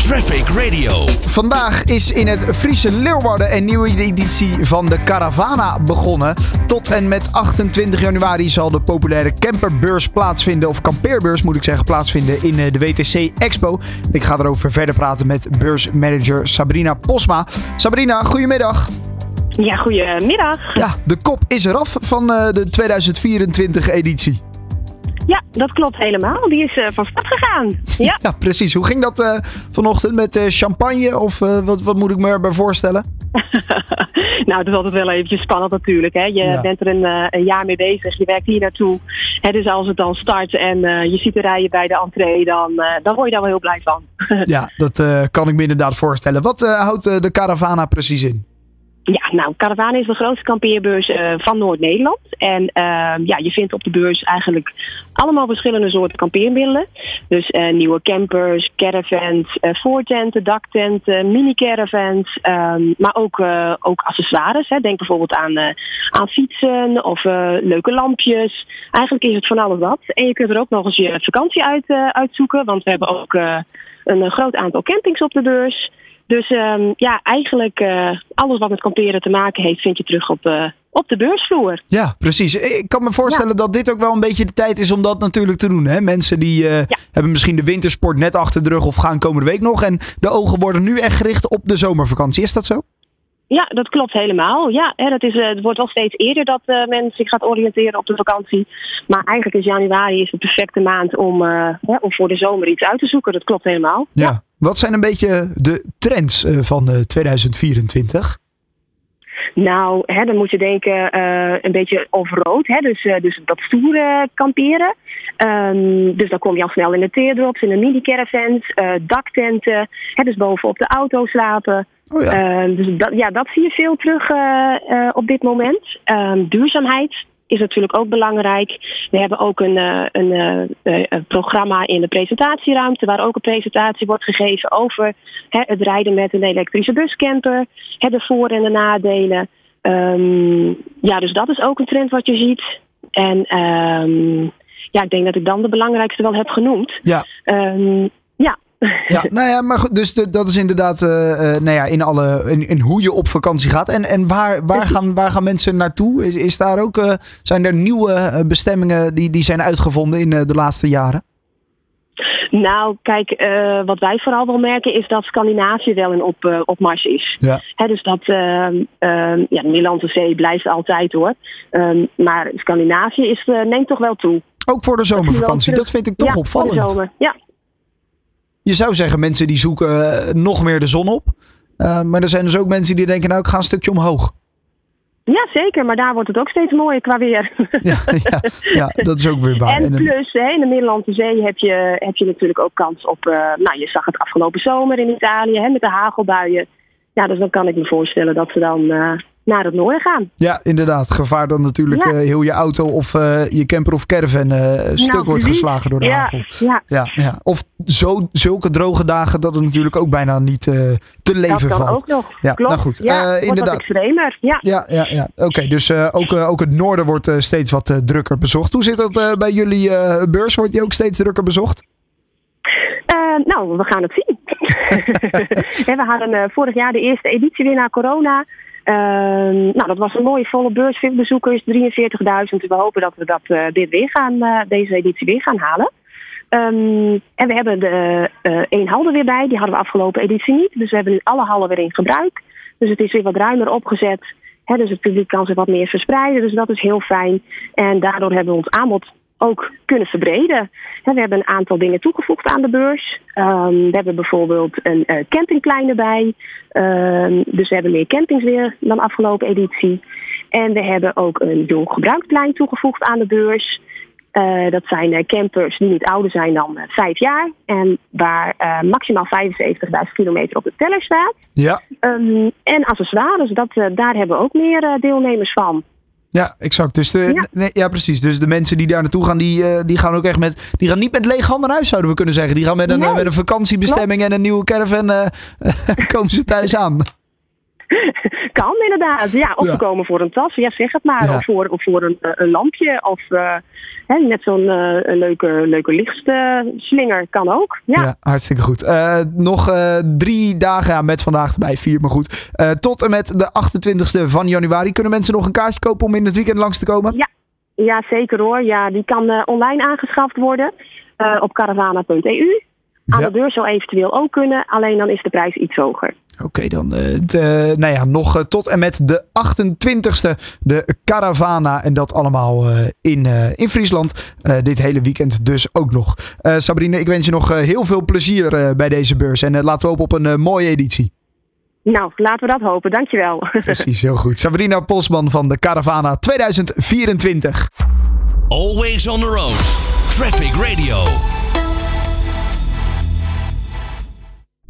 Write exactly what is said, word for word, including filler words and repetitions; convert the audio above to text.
Traffic Radio. Vandaag is in het Friese Leeuwarden een nieuwe editie van de Caravana begonnen. Tot en met achtentwintig januari zal de populaire camperbeurs plaatsvinden, of kampeerbeurs moet ik zeggen, plaatsvinden in de W T C Expo. Ik ga erover verder praten met beursmanager Sabrina Posma. Sabrina, goedemiddag. Ja, goedemiddag. Ja, de kop is eraf van uh, de tweeduizend vierentwintig editie. Ja, dat klopt helemaal. Die is uh, van start gegaan. Ja, ja precies. Hoe ging dat uh, vanochtend met uh, champagne? Of uh, wat, wat moet ik me erbij voorstellen? Nou, het is altijd wel eventjes spannend natuurlijk. Hè? Je ja. bent er een, uh, een jaar mee bezig. Je werkt hier naartoe. Hè, dus als het dan start en uh, je ziet de rijen bij de entree, dan, uh, dan word je daar wel heel blij van. Ja, dat uh, kan ik me inderdaad voorstellen. Wat uh, houdt uh, de Caravana precies in? Ja, nou, Caravana is de grootste kampeerbeurs uh, van Noord-Nederland. En uh, ja, je vindt op de beurs eigenlijk allemaal verschillende soorten kampeermiddelen. Dus uh, nieuwe campers, caravans, uh, voortenten, daktenten, mini-caravans. Um, maar ook, uh, ook accessoires. Hè. Denk bijvoorbeeld aan, uh, aan fietsen of uh, leuke lampjes. Eigenlijk is het van alles wat. En je kunt er ook nog eens je vakantie uit, uh, uitzoeken. Want we hebben ook uh, een uh, groot aantal campings op de beurs. Dus um, ja, eigenlijk uh, alles wat met kamperen te maken heeft, vind je terug op, uh, op de beursvloer. Ja, precies. Ik kan me voorstellen ja. dat dit ook wel een beetje de tijd is om dat natuurlijk te doen. Hè? Mensen die uh, ja. hebben misschien de wintersport net achter de rug of gaan komende week nog. En de ogen worden nu echt gericht op de zomervakantie. Is dat zo? Ja, dat klopt helemaal. Ja, hè, dat is, uh, het wordt wel steeds eerder dat uh, men zich gaat oriënteren op de vakantie. Maar eigenlijk is januari is de perfecte maand om, uh, hè, om voor de zomer iets uit te zoeken. Dat klopt helemaal. Ja. ja. Wat zijn een beetje de trends uh, van uh, tweeduizend vierentwintig? Nou, hè, dan moet je denken uh, een beetje off-road. Hè, dus, uh, dus dat stoere kamperen. Um, dus dan kom je al snel in de teardrops, in de mini-caravans, uh, daktenten. Hè, dus bovenop de auto slapen. Oh ja. Uh, dus dat, ja, dat zie je veel terug uh, uh, op dit moment. Um, duurzaamheid is natuurlijk ook belangrijk. We hebben ook een, uh, een, uh, een programma in de presentatieruimte, waar ook een presentatie wordt gegeven over hè, het rijden met een elektrische buscamper, hè, de voor- en de nadelen. Um, ja, dus dat is ook een trend wat je ziet. En um, ja, ik denk dat ik dan de belangrijkste wel heb genoemd. Ja. Um, ja. Ja, nou ja, maar goed, dus de, dat is inderdaad uh, uh, nou ja, in, alle, in, in hoe je op vakantie gaat. En, en waar, waar, gaan, waar gaan mensen naartoe? Is, is daar ook, uh, zijn er nieuwe uh, bestemmingen die, die zijn uitgevonden in uh, de laatste jaren? Nou, kijk, uh, wat wij vooral wel merken is dat Scandinavië wel in op, uh, opmars is. Ja. Hè, dus dat, uh, uh, ja, de Middellandse Zee blijft altijd hoor. Um, maar Scandinavië is, uh, neemt toch wel toe. Ook voor de zomervakantie, dat vind ik toch ja, opvallend. Voor de zomer, ja. Je zou zeggen, mensen die zoeken uh, nog meer de zon op. Uh, maar er zijn dus ook mensen die denken, nou ik ga een stukje omhoog. Ja, zeker. Maar daar wordt het ook steeds mooier qua weer. Ja, ja, ja dat is ook weer waar. En plus, hè, in de Middellandse Zee heb je, heb je natuurlijk ook kans op... Uh, nou, je zag het afgelopen zomer in Italië, hè, met de hagelbuien. Ja, dus dan kan ik me voorstellen dat ze dan uh, naar het noorden gaan. Ja, inderdaad. Gevaar dan natuurlijk ja. uh, heel je auto of uh, je camper of caravan uh, een stuk nou, wordt geslagen door de ja, hagel. Ja. Ja, ja. Of zo, zulke droge dagen dat het natuurlijk ook bijna niet uh, te leven valt. Dat kan valt. ook nog. Ja, klopt. Nou goed, ja, uh, inderdaad. Wat extremer. Ja, ja, ja, ja. Oké, okay, dus uh, ook, uh, ook het noorden wordt uh, steeds wat uh, drukker bezocht. Hoe zit dat uh, bij jullie uh, beurs? Wordt die ook steeds drukker bezocht? Uh, nou, we gaan het zien. We hadden uh, vorig jaar de eerste editie weer na corona. Uh, nou, dat was een mooie volle beurs, veel bezoekers, drieënveertigduizend. We hopen dat we dat uh, dit weer gaan, uh, deze editie weer gaan halen. Um, en we hebben de uh, één hal er weer bij. Die hadden we afgelopen editie niet. Dus we hebben nu alle hallen weer in gebruik. Dus het is weer wat ruimer opgezet. Hè, dus het publiek kan zich wat meer verspreiden. Dus dat is heel fijn. En daardoor hebben we ons aanbod ook kunnen verbreden. We hebben een aantal dingen toegevoegd aan de beurs. Um, we hebben bijvoorbeeld een uh, campingplein erbij. Um, dus we hebben meer campings weer dan afgelopen editie. En we hebben ook een jong gebruiktplein toegevoegd aan de beurs. Uh, dat zijn uh, campers die niet ouder zijn dan uh, vijf jaar. En waar uh, maximaal vijfenzeventigduizend kilometer op de teller staat. Ja. Um, en accessoires, dat, uh, daar hebben we ook meer uh, deelnemers van. Ja, exact. Dus de, ja. Nee, ja, precies. Dus de mensen die daar naartoe gaan, die, uh, die gaan ook echt met... Die gaan niet met leeg handen naar huis, zouden we kunnen zeggen. Die gaan met een, nee. met een vakantiebestemming Klopt. en een nieuwe caravan uh, komen ze thuis aan. Kan inderdaad. Ja, of Ja. we komen voor een tas. Ja, zeg het maar. Ja. Of voor, of voor een, uh, een lampje. Of uh, hè, net zo'n uh, een leuke, leuke lichtslinger kan ook. Ja. Ja, hartstikke goed. Uh, nog uh, drie dagen ja, met vandaag erbij, vier, maar goed. Uh, tot en met de achtentwintigste van januari. Kunnen mensen nog een kaartje kopen om in het weekend langs te komen? Ja, ja zeker hoor. Ja, die kan uh, online aangeschaft worden uh, op caravana punt e u. Aan Ja. de deur zou eventueel ook kunnen, alleen dan is de prijs iets hoger. Oké, okay, dan uh, de, nou ja, nog uh, tot en met de achtentwintigste de Caravana. En dat allemaal uh, in, uh, in Friesland. Uh, dit hele weekend dus ook nog. Uh, Sabrine, ik wens je nog uh, heel veel plezier uh, bij deze beurs. En uh, laten we hopen op een uh, mooie editie. Nou, laten we dat hopen. Dankjewel. Precies, heel goed. Sabrina Posman van de Caravana tweeduizend vierentwintig. Always on the road. Traffic Radio.